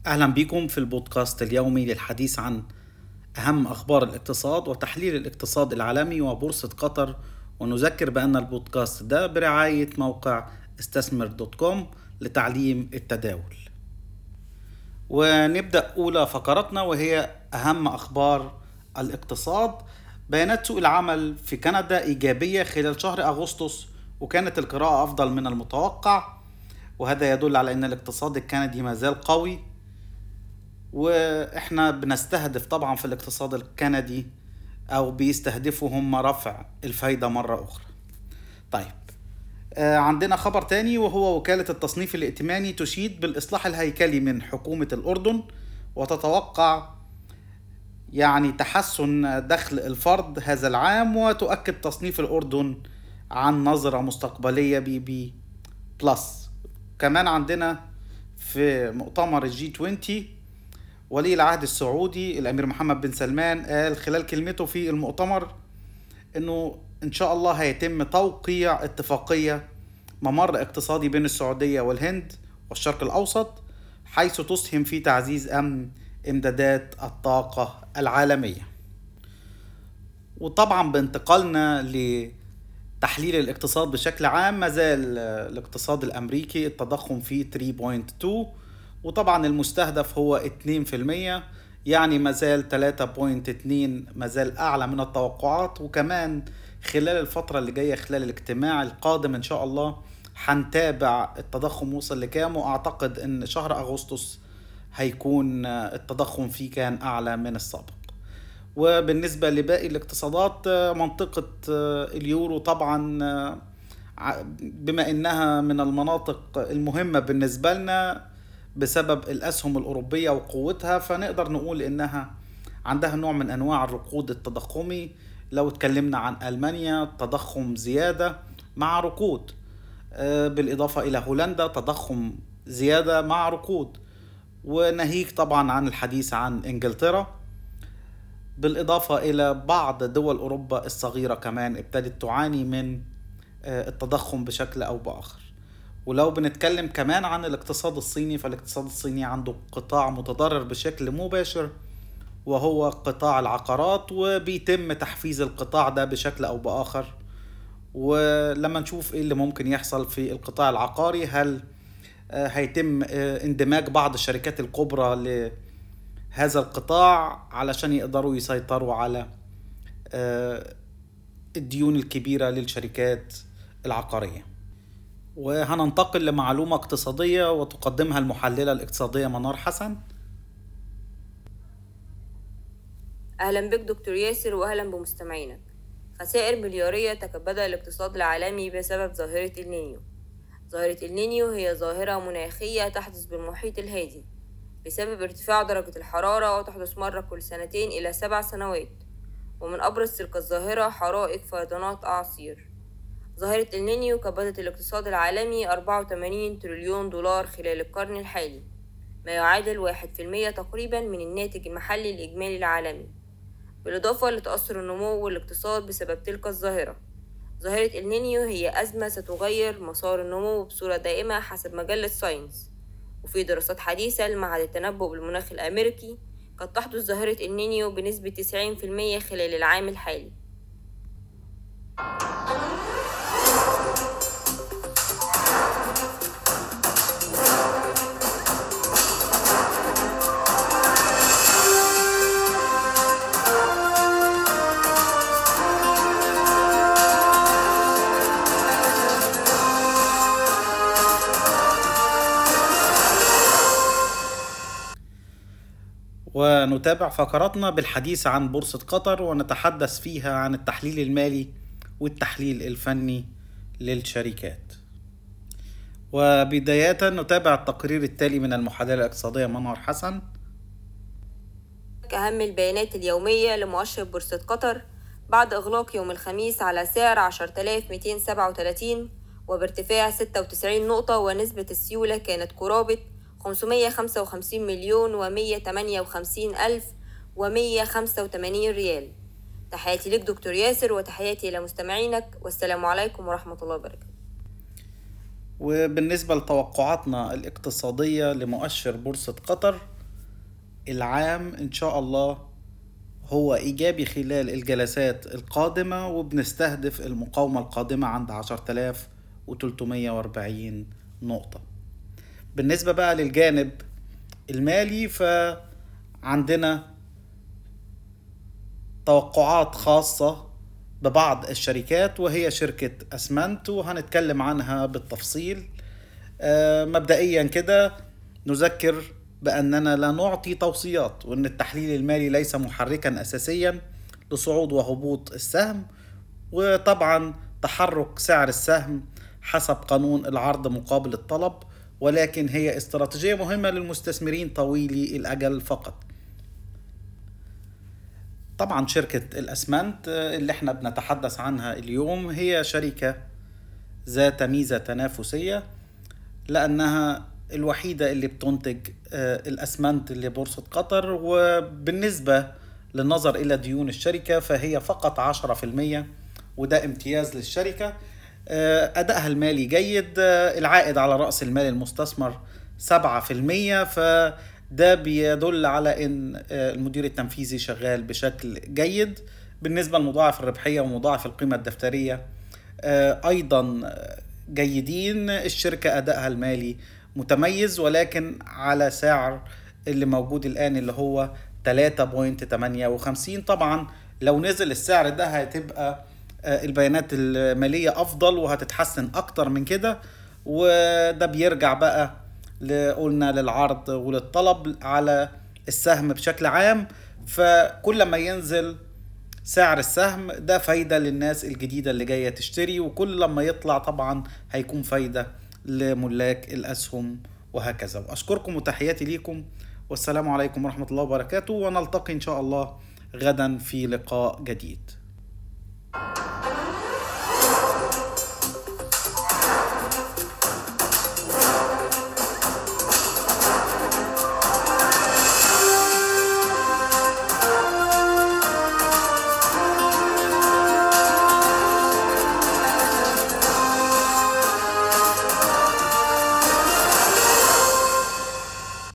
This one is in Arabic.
أهلا بكم في البودكاست اليومي للحديث عن أهم أخبار الاقتصاد وتحليل الاقتصاد العالمي وبورصة قطر. ونذكر بأن البودكاست ده برعاية موقع استثمر دوت كوم لتعليم التداول. ونبدأ أولى فقراتنا وهي أهم أخبار الاقتصاد. بيانات سوق العمل في كندا إيجابية خلال شهر أغسطس، وكانت القراءة أفضل من المتوقع، وهذا يدل على أن الاقتصاد الكندي ما زال قوي. واحنا بنستهدف طبعا في الاقتصاد الكندي او بيستهدفوا هم رفع الفايدة مرة اخرى. طيب، عندنا خبر تاني وهو وكالة التصنيف الائتماني تشيد بالإصلاح الهيكلي من حكومة الأردن، وتتوقع تحسن دخل الفرد هذا العام، وتؤكد تصنيف الأردن عن نظرة مستقبلية بي بلس. كمان عندنا في مؤتمر الجي 20 ولي العهد السعودي الأمير محمد بن سلمان قال خلال كلمته في المؤتمر أنه إن شاء الله هيتم توقيع اتفاقية ممر اقتصادي بين السعودية والهند والشرق الأوسط، حيث تسهم في تعزيز أمن إمدادات الطاقة العالمية. وطبعا بانتقالنا لتحليل الاقتصاد بشكل عام، ما زال الاقتصاد الأمريكي التضخم فيه 3.2، وطبعا المستهدف هو 2%، يعني ما زال 3.2 ما زال أعلى من التوقعات. وكمان خلال الفترة اللي جاية، خلال الاجتماع القادم إن شاء الله هنتابع التضخم وصل لكام، وأعتقد إن شهر أغسطس هيكون التضخم فيه كان أعلى من السابق. وبالنسبة لباقي الاقتصادات، منطقة اليورو طبعا بما إنها من المناطق المهمة بالنسبة لنا بسبب الأسهم الأوروبية وقوتها، فنقدر نقول إنها عندها نوع من أنواع الركود التضخمي. لو اتكلمنا عن ألمانيا، تضخم زيادة مع ركود، بالإضافة إلى هولندا تضخم زيادة مع ركود، وناهيك طبعا عن الحديث عن إنجلترا، بالإضافة إلى بعض دول أوروبا الصغيرة كمان ابتدت تعاني من التضخم بشكل أو بآخر. ولو بنتكلم كمان عن الاقتصاد الصيني، فالاقتصاد الصيني عنده قطاع متضرر بشكل مباشر وهو قطاع العقارات، وبيتم تحفيز القطاع ده بشكل أو بآخر. ولما نشوف إيه اللي ممكن يحصل في القطاع العقاري، هل هيتم اندماج بعض الشركات الكبرى لهذا القطاع علشان يقدروا يسيطروا على الديون الكبيرة للشركات العقارية. وهننتقل لمعلومة اقتصادية وتقدمها المحللة الاقتصادية منار حسن. أهلا بك دكتور ياسر، وأهلا بمستمعينك. خسائر مليارية تكبدها الاقتصاد العالمي بسبب ظاهرة النينيو. ظاهرة النينيو هي ظاهرة مناخية تحدث بالمحيط الهادي بسبب ارتفاع درجة الحرارة، وتحدث مرة كل 2 إلى 7 سنوات. ومن أبرز تلك الظاهرة حرائق، فيضانات، أعاصير. ظاهرة النينيو كبدت الاقتصاد العالمي 84 تريليون دولار خلال القرن الحالي، ما يعادل 1% تقريبا من الناتج المحلي الإجمالي العالمي، بالإضافة لتأثر النمو والاقتصاد بسبب تلك الظاهرة. ظاهرة النينيو هي أزمة ستغير مسار النمو بصورة دائمة حسب مجلة ساينس. وفي دراسات حديثة لمعهد التنبؤ بالمناخ الأمريكي، قد تحدث ظاهرة النينيو بنسبة 90% خلال العام الحالي. ونتابع فقراتنا بالحديث عن بورصة قطر، ونتحدث فيها عن التحليل المالي والتحليل الفني للشركات. وبداية نتابع التقرير التالي من المحللة الاقتصادية منار حسن. أهم البيانات اليومية لمؤشر بورصة قطر بعد إغلاق يوم الخميس على سعر 10,237 وبارتفاع 96 نقطة، ونسبة السيولة كانت قرابة 555 مليون و158 ألف و185 ريال. تحياتي لك دكتور ياسر، وتحياتي إلى مستمعينك، والسلام عليكم ورحمة الله وبركاته. وبالنسبة لتوقعاتنا الاقتصادية لمؤشر بورصة قطر، العام إن شاء الله هو إيجابي خلال الجلسات القادمة، وبنستهدف المقاومة القادمة عند 10340 نقطة. بالنسبة بقى للجانب المالي، فعندنا توقعات خاصة ببعض الشركات وهي شركة أسمنت، وهنتكلم عنها بالتفصيل. مبدئيا كده نذكر بأننا لا نعطي توصيات، وأن التحليل المالي ليس محركا أساسيا لصعود وهبوط السهم، وطبعا تحرك سعر السهم حسب قانون العرض مقابل الطلب، ولكن هي استراتيجية مهمة للمستثمرين طويلي الأجل فقط. طبعا شركة الأسمنت اللي احنا بنتحدث عنها اليوم هي شركة ذات ميزة تنافسية، لأنها الوحيدة اللي بتنتج الأسمنت لبورصة قطر. وبالنسبة للنظر إلى ديون الشركة فهي فقط 10%، وده امتياز للشركة. أدائها المالي جيد، العائد على رأس المال المستثمر 7%، فده بيدل على أن المدير التنفيذي شغال بشكل جيد. بالنسبة لمضاعف الربحية ومضاعف القيمة الدفترية أيضا جيدين. الشركة أدائها المالي متميز، ولكن على سعر اللي موجود الآن اللي هو 3.58. طبعا لو نزل السعر ده هتبقى البيانات المالية أفضل وهتتحسن أكتر من كده، وده بيرجع بقى قلنا للعرض وللطلب على السهم بشكل عام. فكل ما ينزل سعر السهم ده فايدة للناس الجديدة اللي جاية تشتري، وكل لما يطلع طبعا هيكون فايدة لملاك الأسهم، وهكذا. وأشكركم وتحياتي ليكم، والسلام عليكم ورحمة الله وبركاته، ونلتقي إن شاء الله غدا في لقاء جديد.